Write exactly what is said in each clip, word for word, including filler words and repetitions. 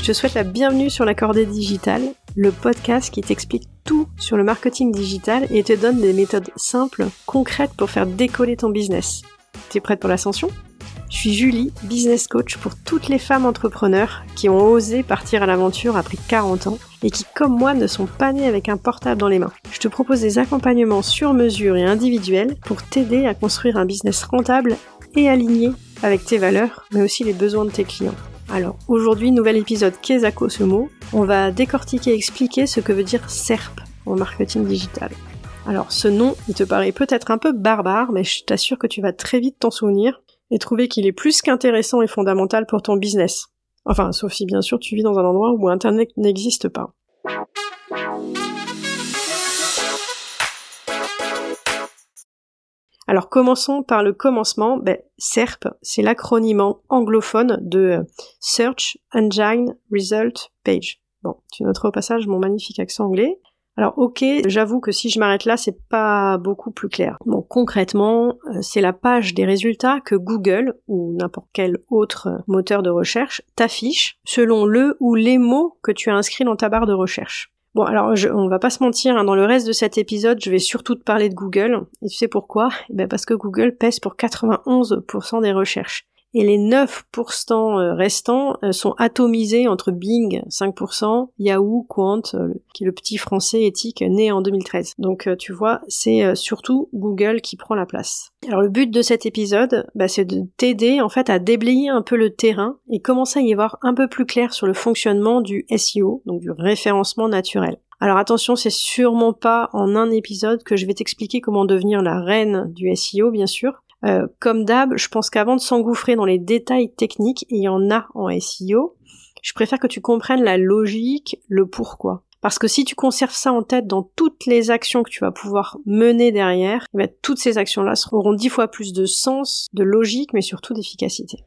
te souhaite la bienvenue sur La Cordée Digitale, le podcast qui t'explique tout sur le marketing digital et te donne des méthodes simples, concrètes pour faire décoller ton business. T'es prête pour l'ascension ? Je suis Julie, business coach pour toutes les femmes entrepreneurs qui ont osé partir à l'aventure après quarante ans et qui, comme moi, ne sont pas nées avec un portable dans les mains. Je te propose des accompagnements sur mesure et individuels pour t'aider à construire un business rentable et aligné avec tes valeurs, mais aussi les besoins de tes clients. Alors, aujourd'hui, nouvel épisode Qu'est-ce que ce mot ? On va décortiquer et expliquer ce que veut dire S E R P en marketing digital. Alors, ce nom, il te paraît peut-être un peu barbare, mais je t'assure que tu vas très vite t'en souvenir et trouver qu'il est plus qu'intéressant et fondamental pour ton business. Enfin, sauf si bien sûr tu vis dans un endroit où Internet n'existe pas. Alors commençons par le commencement. Ben, S E R P, c'est l'acronyme anglophone de Search Engine Result Page. Bon, tu noteras au passage mon magnifique accent anglais. Alors ok, j'avoue que si je m'arrête là, c'est pas beaucoup plus clair. Bon, concrètement, c'est la page des résultats que Google, ou n'importe quel autre moteur de recherche, t'affiche selon le ou les mots que tu as inscrits dans ta barre de recherche. Bon, alors je, on va pas se mentir, hein, dans le reste de cet épisode, je vais surtout te parler de Google. Et tu sais pourquoi ? Eh ben parce que Google pèse pour quatre-vingt-onze pour cent des recherches. Et les neuf pour cent restants sont atomisés entre Bing, cinq pour cent, Yahoo, Quant, qui est le petit français éthique né en deux mille treize. Donc tu vois, c'est surtout Google qui prend la place. Alors le but de cet épisode, bah, c'est de t'aider en fait à déblayer un peu le terrain et commencer à y voir un peu plus clair sur le fonctionnement du S E O, donc du référencement naturel. Alors attention, c'est sûrement pas en un épisode que je vais t'expliquer comment devenir la reine du S E O, bien sûr. Euh, comme d'hab, je pense qu'avant de s'engouffrer dans les détails techniques, et il y en a en S E O, je préfère que tu comprennes la logique, le pourquoi. Parce que si tu conserves ça en tête dans toutes les actions que tu vas pouvoir mener derrière, eh bien, toutes ces actions-là auront dix fois plus de sens, de logique, mais surtout d'efficacité.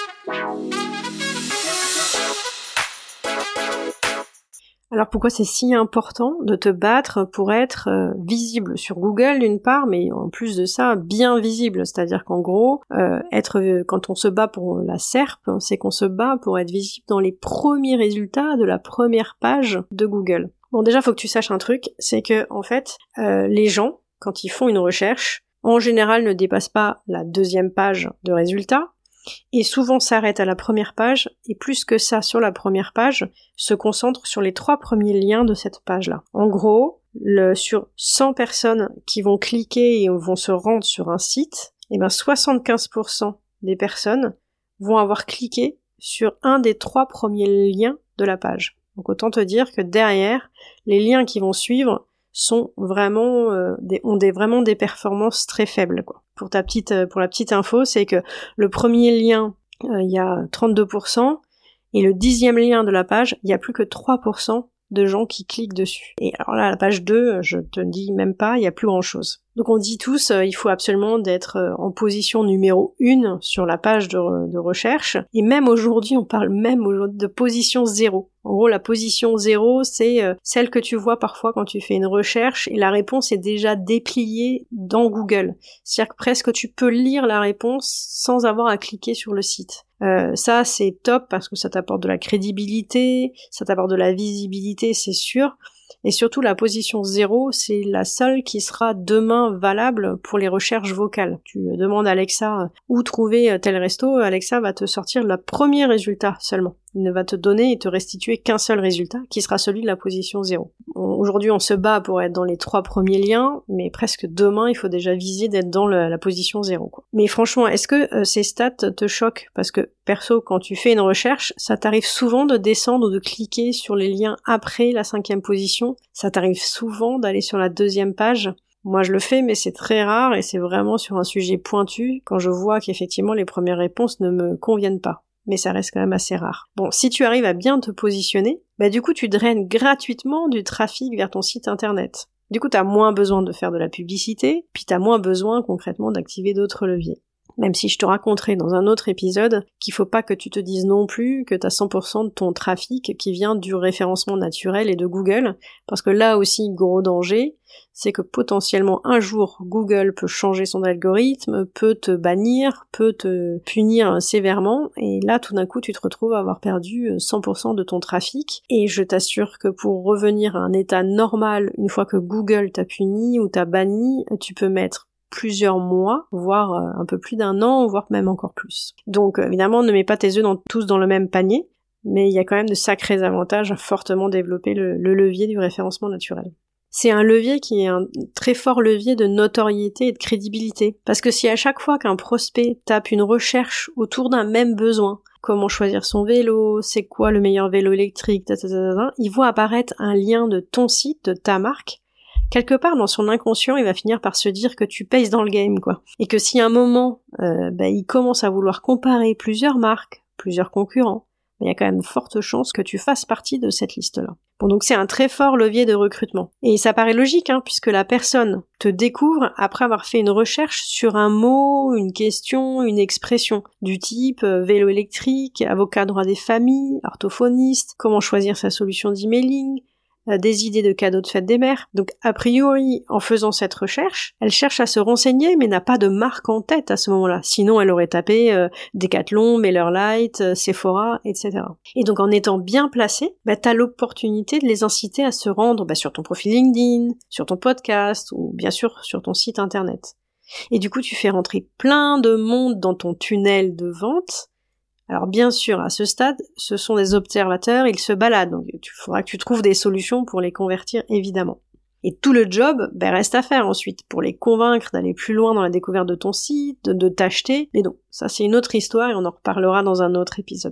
Alors pourquoi c'est si important de te battre pour être euh, visible sur Google d'une part, mais en plus de ça, bien visible, c'est-à-dire qu'en gros, euh, être euh, quand on se bat pour la S E R P, c'est qu'on se bat pour être visible dans les premiers résultats de la première page de Google. Bon, déjà, faut que tu saches un truc, c'est que en fait, euh, les gens, quand ils font une recherche, en général ne dépassent pas la deuxième page de résultats, et souvent s'arrête à la première page, et plus que ça sur la première page, se concentre sur les trois premiers liens de cette page-là. En gros, le, sur cent personnes qui vont cliquer et vont se rendre sur un site, et ben soixante-quinze pour cent des personnes vont avoir cliqué sur un des trois premiers liens de la page. Donc autant te dire que derrière, les liens qui vont suivre sont vraiment euh, des, ont des vraiment des performances très faibles, quoi. Pour ta petite euh, pour la petite info, c'est que le premier lien, euh, il y a trente-deux pour cent et le dixième lien de la page, il y a plus que trois pour cent de gens qui cliquent dessus. Et alors là, la page deux, je te dis même pas, il y a plus grand chose. Donc on dit tous, euh, il faut absolument d'être euh, en position numéro une sur la page de, re- de recherche. Et même aujourd'hui, on parle même aujourd'hui de position zéro. En gros, la position zéro, c'est euh, celle que tu vois parfois quand tu fais une recherche et la réponse est déjà dépliée dans Google. C'est-à-dire que presque tu peux lire la réponse sans avoir à cliquer sur le site. Euh, ça, c'est top parce que ça t'apporte de la crédibilité, ça t'apporte de la visibilité, c'est sûr. Et surtout, la position zéro, c'est la seule qui sera demain valable pour les recherches vocales. Tu demandes à Alexa où trouver tel resto, Alexa va te sortir le premier résultat seulement. Il ne va te donner et te restituer qu'un seul résultat, qui sera celui de la position zéro. Aujourd'hui, on se bat pour être dans les trois premiers liens, mais presque demain, il faut déjà viser d'être dans le, la position zéro, quoi. Mais franchement, est-ce que euh, ces stats te choquent ? Parce que, perso, quand tu fais une recherche, ça t'arrive souvent de descendre ou de cliquer sur les liens après la cinquième position. Ça t'arrive souvent d'aller sur la deuxième page. Moi, je le fais, mais c'est très rare et c'est vraiment sur un sujet pointu quand je vois qu'effectivement, les premières réponses ne me conviennent pas. Mais ça reste quand même assez rare. Bon, si tu arrives à bien te positionner, bah du coup tu draines gratuitement du trafic vers ton site internet. Du coup t'as moins besoin de faire de la publicité, puis t'as moins besoin concrètement d'activer d'autres leviers. Même si je te raconterai dans un autre épisode qu'il faut pas que tu te dises non plus que t'as cent pour cent de ton trafic qui vient du référencement naturel et de Google, parce que là aussi, gros danger, c'est que potentiellement un jour Google peut changer son algorithme, peut te bannir, peut te punir sévèrement, et là tout d'un coup tu te retrouves à avoir perdu cent pour cent de ton trafic, et je t'assure que pour revenir à un état normal, une fois que Google t'a puni ou t'a banni, tu peux mettre plusieurs mois, voire un peu plus d'un an, voire même encore plus. Donc évidemment, ne mets pas tes œufs dans, tous dans le même panier, mais il y a quand même de sacrés avantages à fortement développer le, le levier du référencement naturel. C'est un levier qui est un très fort levier de notoriété et de crédibilité. Parce que si à chaque fois qu'un prospect tape une recherche autour d'un même besoin, comment choisir son vélo, c'est quoi le meilleur vélo électrique, tatatata, il voit apparaître un lien de ton site, de ta marque, quelque part dans son inconscient, il va finir par se dire que tu pèses dans le game, quoi. Et que si à un moment, euh, bah, il commence à vouloir comparer plusieurs marques, plusieurs concurrents, il y a quand même de fortes chances que tu fasses partie de cette liste-là. Bon, donc c'est un très fort levier de recrutement. Et ça paraît logique, hein, puisque la personne te découvre après avoir fait une recherche sur un mot, une question, une expression, du type euh, vélo électrique, avocat droit des familles, orthophoniste, comment choisir sa solution d'emailing, des idées de cadeaux de fête des mères. Donc a priori, en faisant cette recherche, elle cherche à se renseigner mais n'a pas de marque en tête à ce moment-là. Sinon, elle aurait tapé euh, Decathlon, MailerLite, euh, Sephora, et cetera. Et donc en étant bien placée, bah, t'as l'opportunité de les inciter à se rendre bah, sur ton profil LinkedIn, sur ton podcast ou bien sûr sur ton site internet. Et du coup, tu fais rentrer plein de monde dans ton tunnel de vente. Alors bien sûr, à ce stade, ce sont des observateurs, ils se baladent, donc il faudra que tu trouves des solutions pour les convertir, évidemment. Et tout le job, ben, reste à faire ensuite, pour les convaincre d'aller plus loin dans la découverte de ton site, de, de t'acheter, mais non, ça c'est une autre histoire et on en reparlera dans un autre épisode.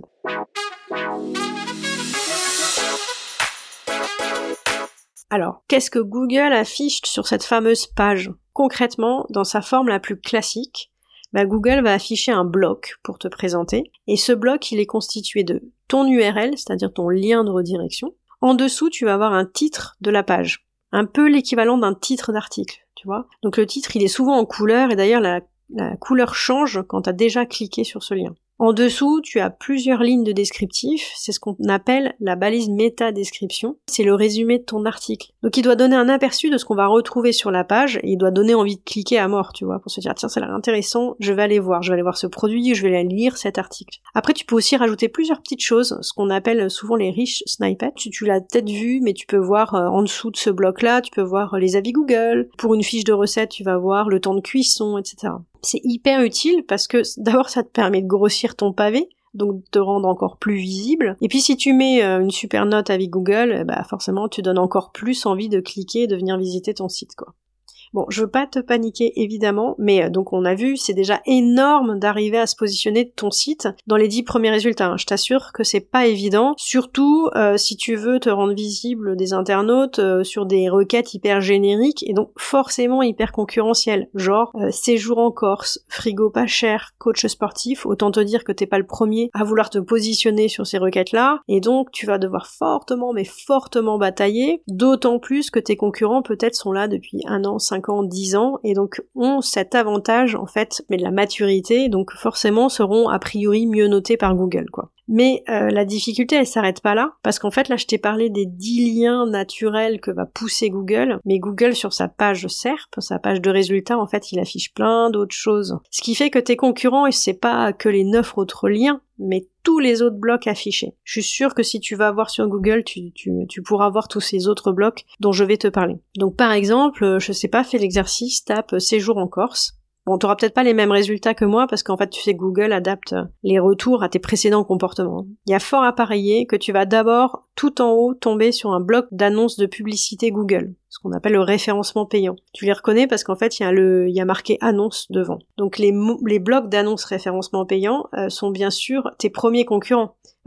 Alors, qu'est-ce que Google affiche sur cette fameuse page ? Concrètement, dans sa forme la plus classique, bah Google va afficher un bloc pour te présenter, et ce bloc il est constitué de ton U R L, c'est-à-dire ton lien de redirection. En dessous, tu vas avoir un titre de la page, un peu l'équivalent d'un titre d'article, tu vois. Donc le titre il est souvent en couleur, et d'ailleurs la, la couleur change quand tu as déjà cliqué sur ce lien. En dessous, tu as plusieurs lignes de descriptif, c'est ce qu'on appelle la balise méta-description, c'est le résumé de ton article. Donc il doit donner un aperçu de ce qu'on va retrouver sur la page, et il doit donner envie de cliquer à mort, tu vois, pour se dire tiens ça a l'air intéressant, je vais aller voir, je vais aller voir ce produit, je vais aller lire cet article. Après tu peux aussi rajouter plusieurs petites choses, ce qu'on appelle souvent les rich snippets, tu, tu l'as peut-être vu, mais tu peux voir euh, en dessous de ce bloc-là, tu peux voir euh, les avis Google, pour une fiche de recette tu vas voir le temps de cuisson, et cetera. C'est hyper utile parce que d'abord ça te permet de grossir ton pavé, donc de te rendre encore plus visible. Et puis si tu mets euh, une super note avec Google, bah forcément tu donnes encore plus envie de cliquer et de venir visiter ton site, quoi. Bon, je veux pas te paniquer évidemment, mais euh, donc on a vu, c'est déjà énorme d'arriver à se positionner de ton site dans les dix premiers résultats. Hein. Je t'assure que c'est pas évident, surtout euh, si tu veux te rendre visible des internautes euh, sur des requêtes hyper génériques et donc forcément hyper concurrentielles, genre euh, séjour en Corse, frigo pas cher, coach sportif. Autant te dire que t'es pas le premier à vouloir te positionner sur ces requêtes-là, et donc tu vas devoir fortement, mais fortement batailler, d'autant plus que tes concurrents peut-être sont là depuis un an, cinq ans, dix ans, et donc ont cet avantage, en fait, mais de la maturité, donc forcément seront a priori mieux notés par Google, quoi. Mais euh, la difficulté, elle s'arrête pas là, parce qu'en fait, là, je t'ai parlé des dix liens naturels que va pousser Google, mais Google, sur sa page S E R P, sa page de résultats, en fait, il affiche plein d'autres choses. Ce qui fait que tes concurrents, c'est pas que les neuf autres liens, mais tous les autres blocs affichés. Je suis sûre que si tu vas voir sur Google, tu, tu, tu pourras voir tous ces autres blocs dont je vais te parler. Donc par exemple, je sais pas, fais l'exercice, tape séjour en Corse. Bon, t'auras peut-être pas les mêmes résultats que moi, parce qu'en fait, tu sais, Google adapte les retours à tes précédents comportements. Il y a fort à parier que tu vas d'abord, tout en haut, tomber sur un bloc d'annonces de publicité Google, ce qu'on appelle le référencement payant. Tu les reconnais parce qu'en fait, il y a le, il y a marqué annonce devant. Donc les, mo- les blocs d'annonces référencement payant euh, sont bien sûr tes premiers concurrents.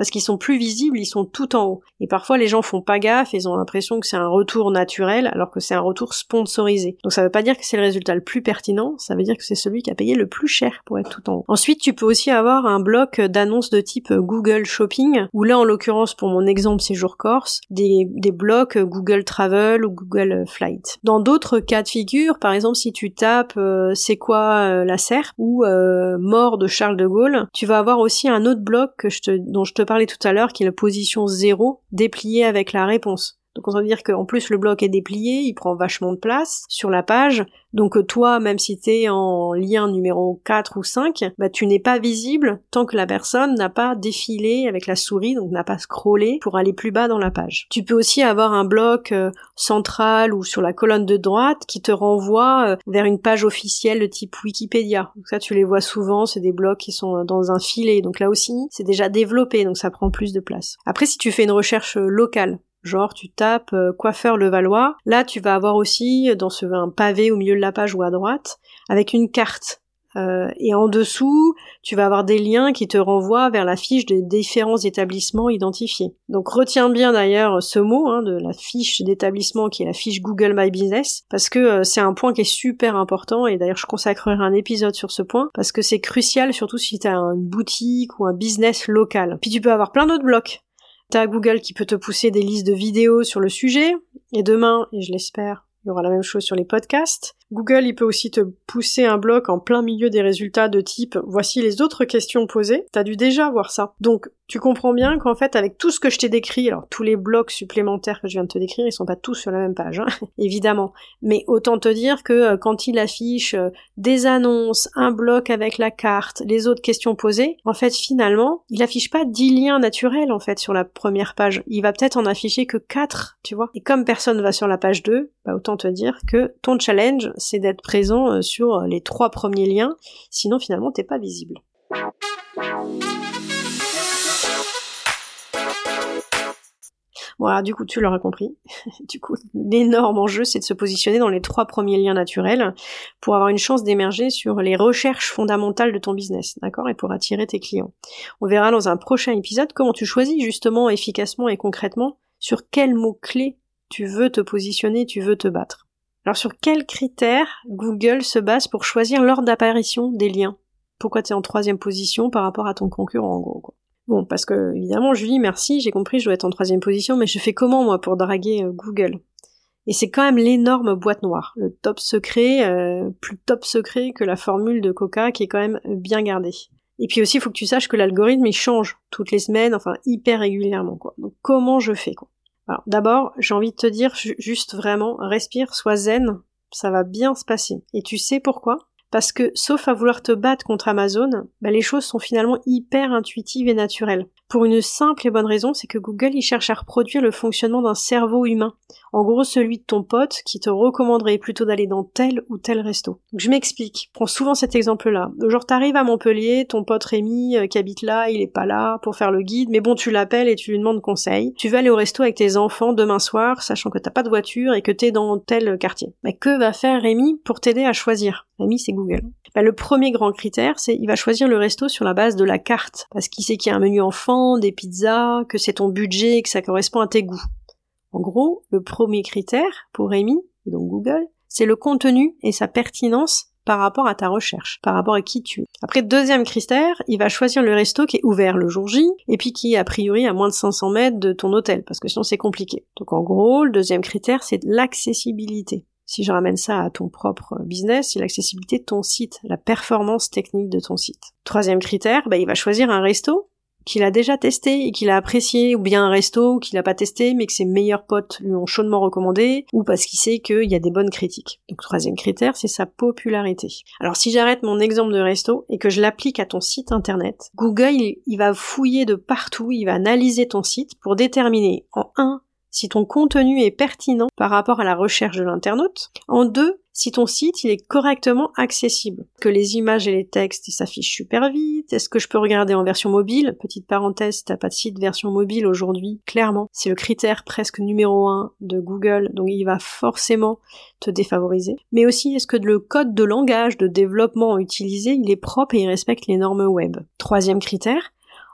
parce qu'ils sont plus visibles, ils sont tout en haut. Et parfois les gens font pas gaffe, ils ont l'impression que c'est un retour naturel, alors que c'est un retour sponsorisé. Donc ça veut pas dire que c'est le résultat le plus pertinent, ça veut dire que c'est celui qui a payé le plus cher pour être tout en haut. Ensuite, tu peux aussi avoir un bloc d'annonces de type Google Shopping, ou là en l'occurrence pour mon exemple Séjour Corse, des, des blocs Google Travel ou Google Flight. Dans d'autres cas de figure, par exemple si tu tapes euh, c'est quoi euh, la serre ou euh, mort de Charles de Gaulle, tu vas avoir aussi un autre bloc que je te, dont je te parlais tout à l'heure qui est la position zéro dépliée avec la réponse. Donc on va dire qu'en plus le bloc est déplié, il prend vachement de place sur la page, donc toi, même si t'es en lien numéro quatre ou cinq, bah tu n'es pas visible tant que la personne n'a pas défilé avec la souris, donc n'a pas scrollé pour aller plus bas dans la page. Tu peux aussi avoir un bloc euh, central ou sur la colonne de droite qui te renvoie euh, vers une page officielle de type Wikipédia. Donc ça tu les vois souvent, c'est des blocs qui sont dans un filet, donc là aussi c'est déjà développé, donc ça prend plus de place. Après si tu fais une recherche euh, locale, genre tu tapes euh, coiffeur Levallois, là tu vas avoir aussi dans ce un pavé au milieu de la page ou à droite avec une carte euh, et en dessous tu vas avoir des liens qui te renvoient vers la fiche des différents établissements identifiés. Donc retiens bien d'ailleurs ce mot hein, de la fiche d'établissement qui est la fiche Google My Business, parce que euh, c'est un point qui est super important, et d'ailleurs je consacrerai un épisode sur ce point parce que c'est crucial, surtout si tu as une boutique ou un business local. Puis tu peux avoir plein d'autres blocs. T'as Google qui peut te pousser des listes de vidéos sur le sujet, et demain, et je l'espère, il y aura la même chose sur les podcasts. Google, il peut aussi te pousser un bloc en plein milieu des résultats de type « Voici les autres questions posées ». T'as dû déjà voir ça. Donc, tu comprends bien qu'en fait, avec tout ce que je t'ai décrit, alors tous les blocs supplémentaires que je viens de te décrire, ils sont pas tous sur la même page, hein, évidemment. Mais autant te dire que euh, quand il affiche euh, des annonces, un bloc avec la carte, les autres questions posées, en fait, finalement, il affiche pas dix liens naturels, en fait, sur la première page. Il va peut-être en afficher que quatre, tu vois. Et comme personne va sur la page deux, bah autant te dire que ton challenge, c'est d'être présent sur les trois premiers liens, sinon finalement t'es pas visible. Voilà, du coup tu l'auras compris. Du coup, l'énorme enjeu, c'est de se positionner dans les trois premiers liens naturels pour avoir une chance d'émerger sur les recherches fondamentales de ton business, d'accord, et pour attirer tes clients. On verra dans un prochain épisode comment tu choisis justement efficacement et concrètement sur quels mots-clés tu veux te positionner, tu veux te battre. Alors sur quels critères Google se base pour choisir l'ordre d'apparition des liens? Pourquoi tu es en troisième position par rapport à ton concurrent en gros, quoi. Bon, parce que évidemment je lui dis merci, j'ai compris, je dois être en troisième position, mais je fais comment moi pour draguer euh, Google? Et c'est quand même l'énorme boîte noire, le top secret, euh, plus top secret que la formule de Coca qui est quand même bien gardée. Et puis aussi il faut que tu saches que l'algorithme il change toutes les semaines, enfin hyper régulièrement, quoi. Donc comment je fais, quoi? Alors d'abord, j'ai envie de te dire juste vraiment, respire, sois zen, ça va bien se passer. Et tu sais pourquoi? Parce que, sauf à vouloir te battre contre Amazon, bah, les choses sont finalement hyper intuitives et naturelles. Pour une simple et bonne raison, c'est que Google il cherche à reproduire le fonctionnement d'un cerveau humain. En gros, celui de ton pote qui te recommanderait plutôt d'aller dans tel ou tel resto. Donc je m'explique, prends souvent cet exemple-là. Genre t'arrives à Montpellier, ton pote Rémi euh, qui habite là, il est pas là pour faire le guide, mais bon tu l'appelles et tu lui demandes conseil. Tu vas aller au resto avec tes enfants demain soir, sachant que t'as pas de voiture et que t'es dans tel quartier. Bah, que va faire Rémi pour t'aider à choisir? Rémi c'est Google. Bah, le premier grand critère, c'est il va choisir le resto sur la base de la carte, parce qu'il sait qu'il y a un menu enfant, des pizzas, que c'est ton budget, que ça correspond à tes goûts. En gros, le premier critère pour Rémi, et donc Google, c'est le contenu et sa pertinence par rapport à ta recherche, par rapport à qui tu es. Après, deuxième critère, il va choisir le resto qui est ouvert le jour J, et puis qui est a priori à moins de cinq cents mètres de ton hôtel, parce que sinon c'est compliqué. Donc en gros, le deuxième critère, c'est l'accessibilité. Si je ramène ça à ton propre business, c'est l'accessibilité de ton site, la performance technique de ton site. Troisième critère, bah, il va choisir un resto qu'il a déjà testé et qu'il a apprécié, ou bien un resto qu'il a pas testé mais que ses meilleurs potes lui ont chaudement recommandé, ou parce qu'il sait qu'il y a des bonnes critiques. Donc troisième critère, c'est sa popularité. Alors si j'arrête mon exemple de resto et que je l'applique à ton site internet, Google il, il va fouiller de partout, il va analyser ton site pour déterminer en un si ton contenu est pertinent par rapport à la recherche de l'internaute, en deux, si ton site il est correctement accessible, que les images et les textes ils s'affichent super vite, est-ce que je peux regarder en version mobile? Petite parenthèse, si t'as pas de site version mobile aujourd'hui, clairement, c'est le critère presque numéro un de Google, donc il va forcément te défavoriser. Mais aussi, est-ce que le code de langage de développement utilisé, il est propre et il respecte les normes web? Troisième critère,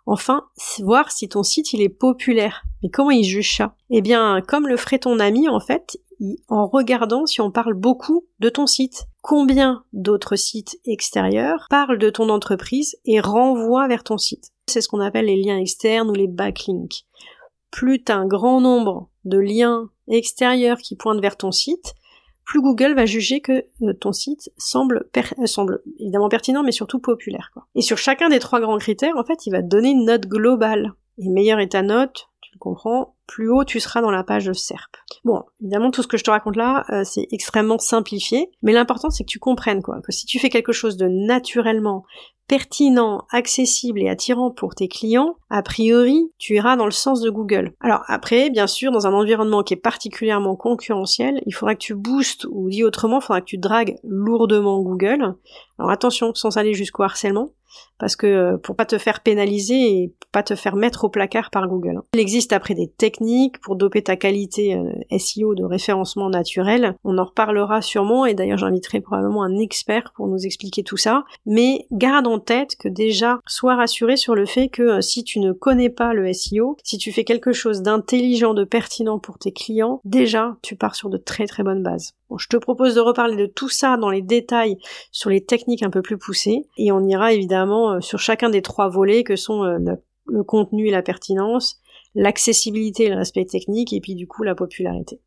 Enfin, voir si ton site il est populaire. Mais comment il juge ça? Eh bien, comme le ferait ton ami, en fait, en regardant si on parle beaucoup de ton site. Combien d'autres sites extérieurs parlent de ton entreprise et renvoient vers ton site? C'est ce qu'on appelle les liens externes ou les backlinks. Plus tu as un grand nombre de liens extérieurs qui pointent vers ton site, plus Google va juger que euh, ton site semble, per- euh, semble évidemment pertinent, mais surtout populaire, quoi. Et sur chacun des trois grands critères, en fait, il va te donner une note globale. Et meilleure est ta note, tu le comprends, plus haut tu seras dans la page de S E R P. Bon, évidemment, tout ce que je te raconte là, euh, c'est extrêmement simplifié, mais l'important c'est que tu comprennes, quoi, que si tu fais quelque chose de naturellement pertinent, accessible et attirant pour tes clients, a priori, tu iras dans le sens de Google. Alors après, bien sûr, dans un environnement qui est particulièrement concurrentiel, il faudra que tu boostes, ou dit autrement, il faudra que tu dragues lourdement Google. Alors attention, sans aller jusqu'au harcèlement, parce que pour pas te faire pénaliser et pas te faire mettre au placard par Google. Il existe après des techniques pour doper ta qualité euh, S E O de référencement naturel. On en reparlera sûrement, et d'ailleurs j'inviterai probablement un expert pour nous expliquer tout ça. Mais garde en tête que déjà, sois rassuré sur le fait que euh, si tu ne connais pas le S E O, si tu fais quelque chose d'intelligent, de pertinent pour tes clients, déjà tu pars sur de très très bonnes bases. Bon, je te propose de reparler de tout ça dans les détails sur les techniques un peu plus poussées, et on ira évidemment euh, sur chacun des trois volets que sont euh, le, le contenu et la pertinence, l'accessibilité et le respect technique, et puis du coup la popularité.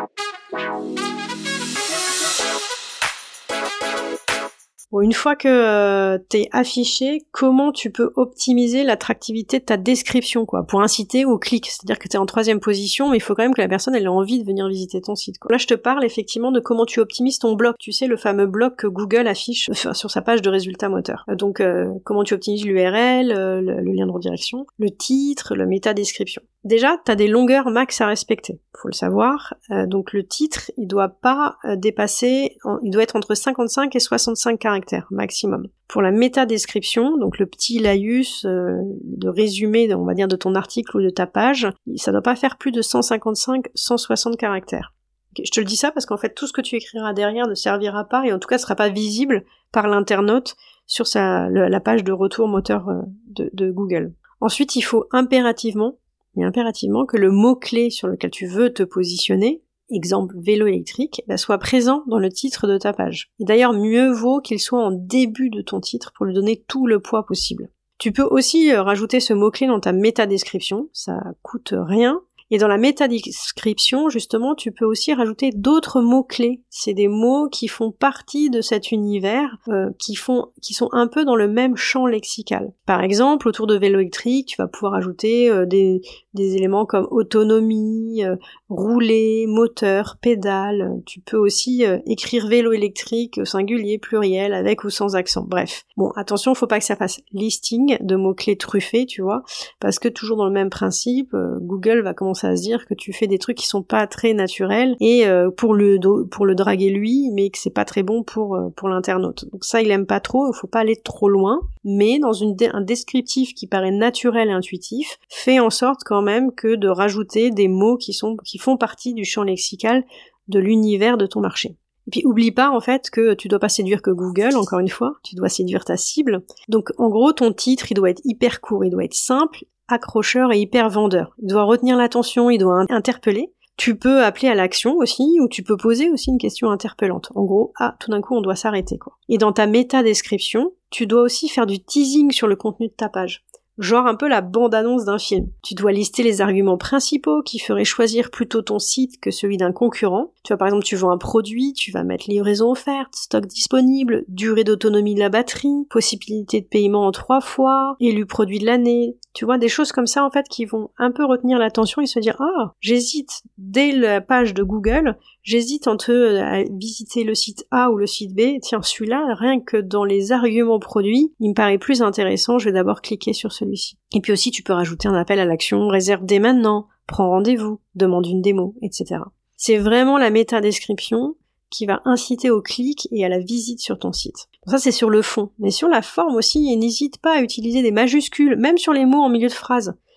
Bon, une fois que euh, t'es affiché, comment tu peux optimiser l'attractivité de ta description, quoi, pour inciter au clic. C'est-à-dire que t'es en troisième position, mais il faut quand même que la personne elle ait envie de venir visiter ton site, quoi. Là, je te parle effectivement de comment tu optimises ton bloc. Tu sais, le fameux bloc que Google affiche euh, sur sa page de résultats moteurs. Euh, donc, euh, comment tu optimises l'U R L, euh, le, le lien de redirection, le titre, le méta-description. Déjà, t'as des longueurs max à respecter, faut le savoir. Euh, donc le titre, il doit pas euh, dépasser, en, il doit être entre cinquante-cinq et soixante-cinq caractères maximum. Pour la méta-description, donc le petit laïus euh, de résumé, on va dire, de ton article ou de ta page, ça doit pas faire plus de cent cinquante-cinq à cent soixante caractères. Okay, je te le dis ça parce qu'en fait, tout ce que tu écriras derrière ne servira pas et en tout cas ne sera pas visible par l'internaute sur sa, le, la page de retour moteur euh, de, de Google. Ensuite, il faut impérativement mais impérativement que le mot-clé sur lequel tu veux te positionner, exemple vélo électrique, bah, soit présent dans le titre de ta page. Et d'ailleurs, mieux vaut qu'il soit en début de ton titre pour lui donner tout le poids possible. Tu peux aussi euh, rajouter ce mot-clé dans ta métadescription, ça coûte rien. Et dans la métadescription, justement, tu peux aussi rajouter d'autres mots-clés. C'est des mots qui font partie de cet univers, euh, qui font, qui sont un peu dans le même champ lexical. Par exemple, autour de vélo électrique, tu vas pouvoir ajouter euh, des, des éléments comme autonomie, euh, rouler, moteur, pédale. Tu peux aussi euh, écrire vélo électrique au singulier, pluriel, avec ou sans accent. Bref. Bon, attention, faut pas que ça fasse listing de mots-clés truffés, tu vois, parce que toujours dans le même principe, euh, Google va commencer à se dire que tu fais des trucs qui sont pas très naturels et euh, pour le pour le draguer lui, mais que c'est pas très bon pour euh, pour l'internaute. Donc ça, il aime pas trop, il faut pas aller trop loin, mais dans une un descriptif qui paraît naturel et intuitif, fais en sorte quand même que de rajouter des mots qui sont qui font partie du champ lexical de l'univers de ton marché. Et puis oublie pas en fait que tu dois pas séduire que Google, encore une fois, tu dois séduire ta cible. Donc en gros, ton titre, il doit être hyper court, il doit être simple, accrocheur et hyper vendeur. Il doit retenir l'attention, il doit interpeller. Tu peux appeler à l'action aussi, ou tu peux poser aussi une question interpellante. En gros, ah, tout d'un coup, on doit s'arrêter, quoi. Et dans ta méta-description, tu dois aussi faire du teasing sur le contenu de ta page. Genre un peu la bande-annonce d'un film. Tu dois lister les arguments principaux qui feraient choisir plutôt ton site que celui d'un concurrent. Tu vois, par exemple, tu vends un produit, tu vas mettre livraison offerte, stock disponible, durée d'autonomie de la batterie, possibilité de paiement en trois fois, élu produit de l'année. Tu vois, des choses comme ça, en fait, qui vont un peu retenir l'attention et se dire « Ah, j'hésite dès la page de Google, j'hésite entre à visiter le site A ou le site B. Tiens, celui-là, rien que dans les arguments produits, il me paraît plus intéressant, je vais d'abord cliquer sur celui-ci. » Et puis aussi, tu peux rajouter un appel à l'action, réserve dès maintenant, prends rendez-vous, demande une démo, et cetera. C'est vraiment la métadescription qui va inciter au clic et à la visite sur ton site. Ça, c'est sur le fond. Mais sur la forme aussi, n'hésite pas à utiliser des majuscules, même sur les mots en milieu de phrase.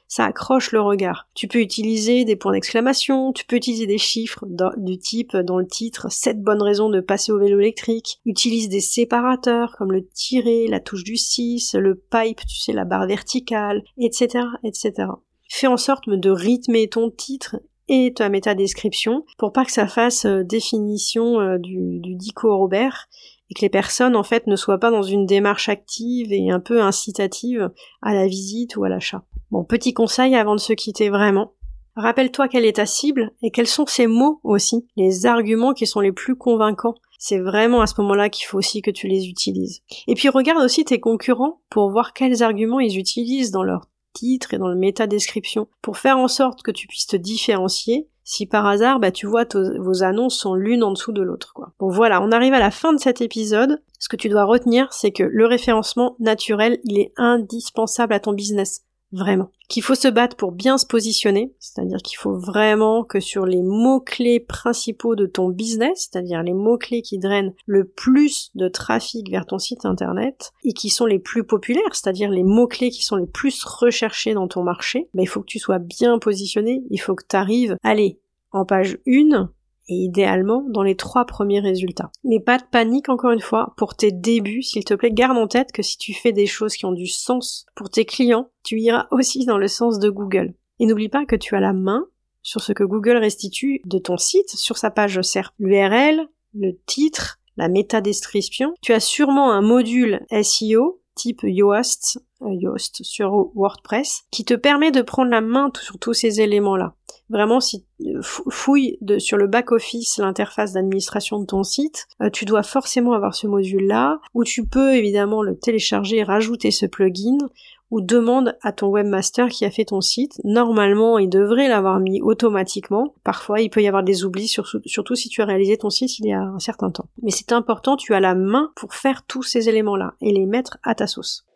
ça accroche le regard. Tu peux utiliser des points d'exclamation, tu peux utiliser des chiffres dans, du type dans le titre sept bonnes raisons de passer au vélo électrique. Utilise des séparateurs comme le tiret, la touche du six, le pipe, tu sais, la barre verticale, et cetera, et cetera. Fais en sorte de rythmer ton titre et ta métadescription pour pas que ça fasse euh, définition euh, du, du dico Robert et que les personnes en fait ne soient pas dans une démarche active et un peu incitative à la visite ou à l'achat. Bon, petit conseil avant de se quitter vraiment, rappelle-toi quelle est ta cible et quels sont ces mots aussi, les arguments qui sont les plus convaincants. C'est vraiment à ce moment-là qu'il faut aussi que tu les utilises. Et puis regarde aussi tes concurrents pour voir quels arguments ils utilisent dans leur titre et dans le métadescription pour faire en sorte que tu puisses te différencier si par hasard bah tu vois t- vos annonces sont l'une en dessous de l'autre quoi. Bon voilà, on arrive à la fin de cet épisode. Ce que tu dois retenir, c'est que le référencement naturel, il est indispensable à ton business. Vraiment. Qu'il faut se battre pour bien se positionner, c'est-à-dire qu'il faut vraiment que sur les mots-clés principaux de ton business, c'est-à-dire les mots-clés qui drainent le plus de trafic vers ton site internet et qui sont les plus populaires, c'est-à-dire les mots-clés qui sont les plus recherchés dans ton marché, ben, il faut que tu sois bien positionné, il faut que tu arrives, allez, en page un, et idéalement dans les trois premiers résultats. Mais pas de panique encore une fois, pour tes débuts, s'il te plaît, garde en tête que si tu fais des choses qui ont du sens pour tes clients, tu iras aussi dans le sens de Google. Et n'oublie pas que tu as la main sur ce que Google restitue de ton site sur sa page S E R P. L'U R L, le titre, la métadescription. Tu as sûrement un module S E O type Yoast, euh, Yoast sur WordPress qui te permet de prendre la main t- sur tous ces éléments-là. Vraiment, si euh, fouille de, sur le back-office, l'interface d'administration de ton site, euh, tu dois forcément avoir ce module-là, où tu peux évidemment le télécharger et rajouter ce plugin, ou demande à ton webmaster qui a fait ton site. Normalement, il devrait l'avoir mis automatiquement. Parfois, il peut y avoir des oublis, surtout, surtout si tu as réalisé ton site il y a un certain temps. Mais c'est important, tu as la main pour faire tous ces éléments-là et les mettre à ta sauce.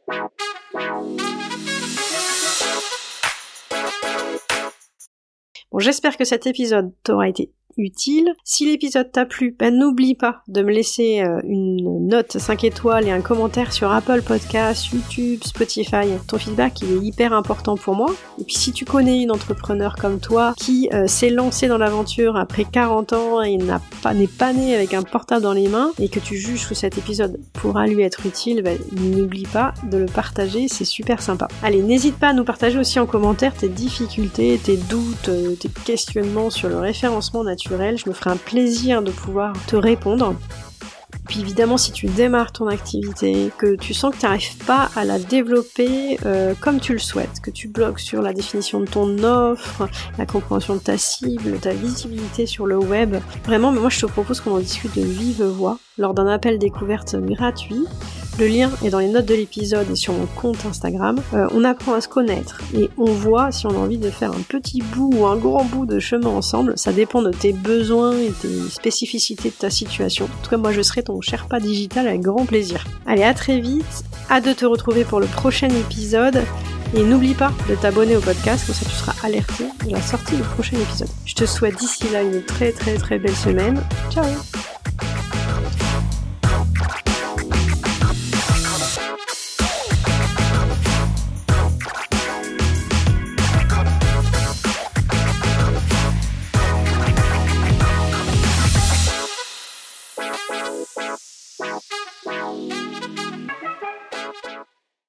Bon, j'espère que cet épisode t'aura été utile. Si l'épisode t'a plu, ben n'oublie pas de me laisser euh, une note cinq étoiles et un commentaire sur Apple Podcasts, YouTube, Spotify. Ton feedback, il est hyper important pour moi. Et puis si tu connais une entrepreneur comme toi qui euh, s'est lancée dans l'aventure après quarante ans et n'a pas, n'est pas née avec un portable dans les mains et que tu juges que cet épisode pourra lui être utile, ben, n'oublie pas de le partager, c'est super sympa. Allez, n'hésite pas à nous partager aussi en commentaire tes difficultés, tes doutes, euh, tes questionnements sur le référencement naturel. Je me ferai un plaisir de pouvoir te répondre. Puis évidemment, si tu démarres ton activité, que tu sens que tu n'arrives pas à la développer euh, comme tu le souhaites, que tu bloques sur la définition de ton offre, la compréhension de ta cible, ta visibilité sur le web, vraiment, moi je te propose qu'on en discute de vive voix lors d'un appel découverte gratuit. Le lien est dans les notes de l'épisode et sur mon compte Instagram. Euh, on apprend à se connaître et on voit si on a envie de faire un petit bout ou un grand bout de chemin ensemble. Ça dépend de tes besoins et des spécificités de ta situation. En tout cas, moi je serai ton Sherpa digital avec grand plaisir. Allez, à très vite. Hâte de te retrouver pour le prochain épisode. Et n'oublie pas de t'abonner au podcast, comme ça tu seras alerté de la sortie du prochain épisode. Je te souhaite d'ici là une très très très belle semaine. Ciao!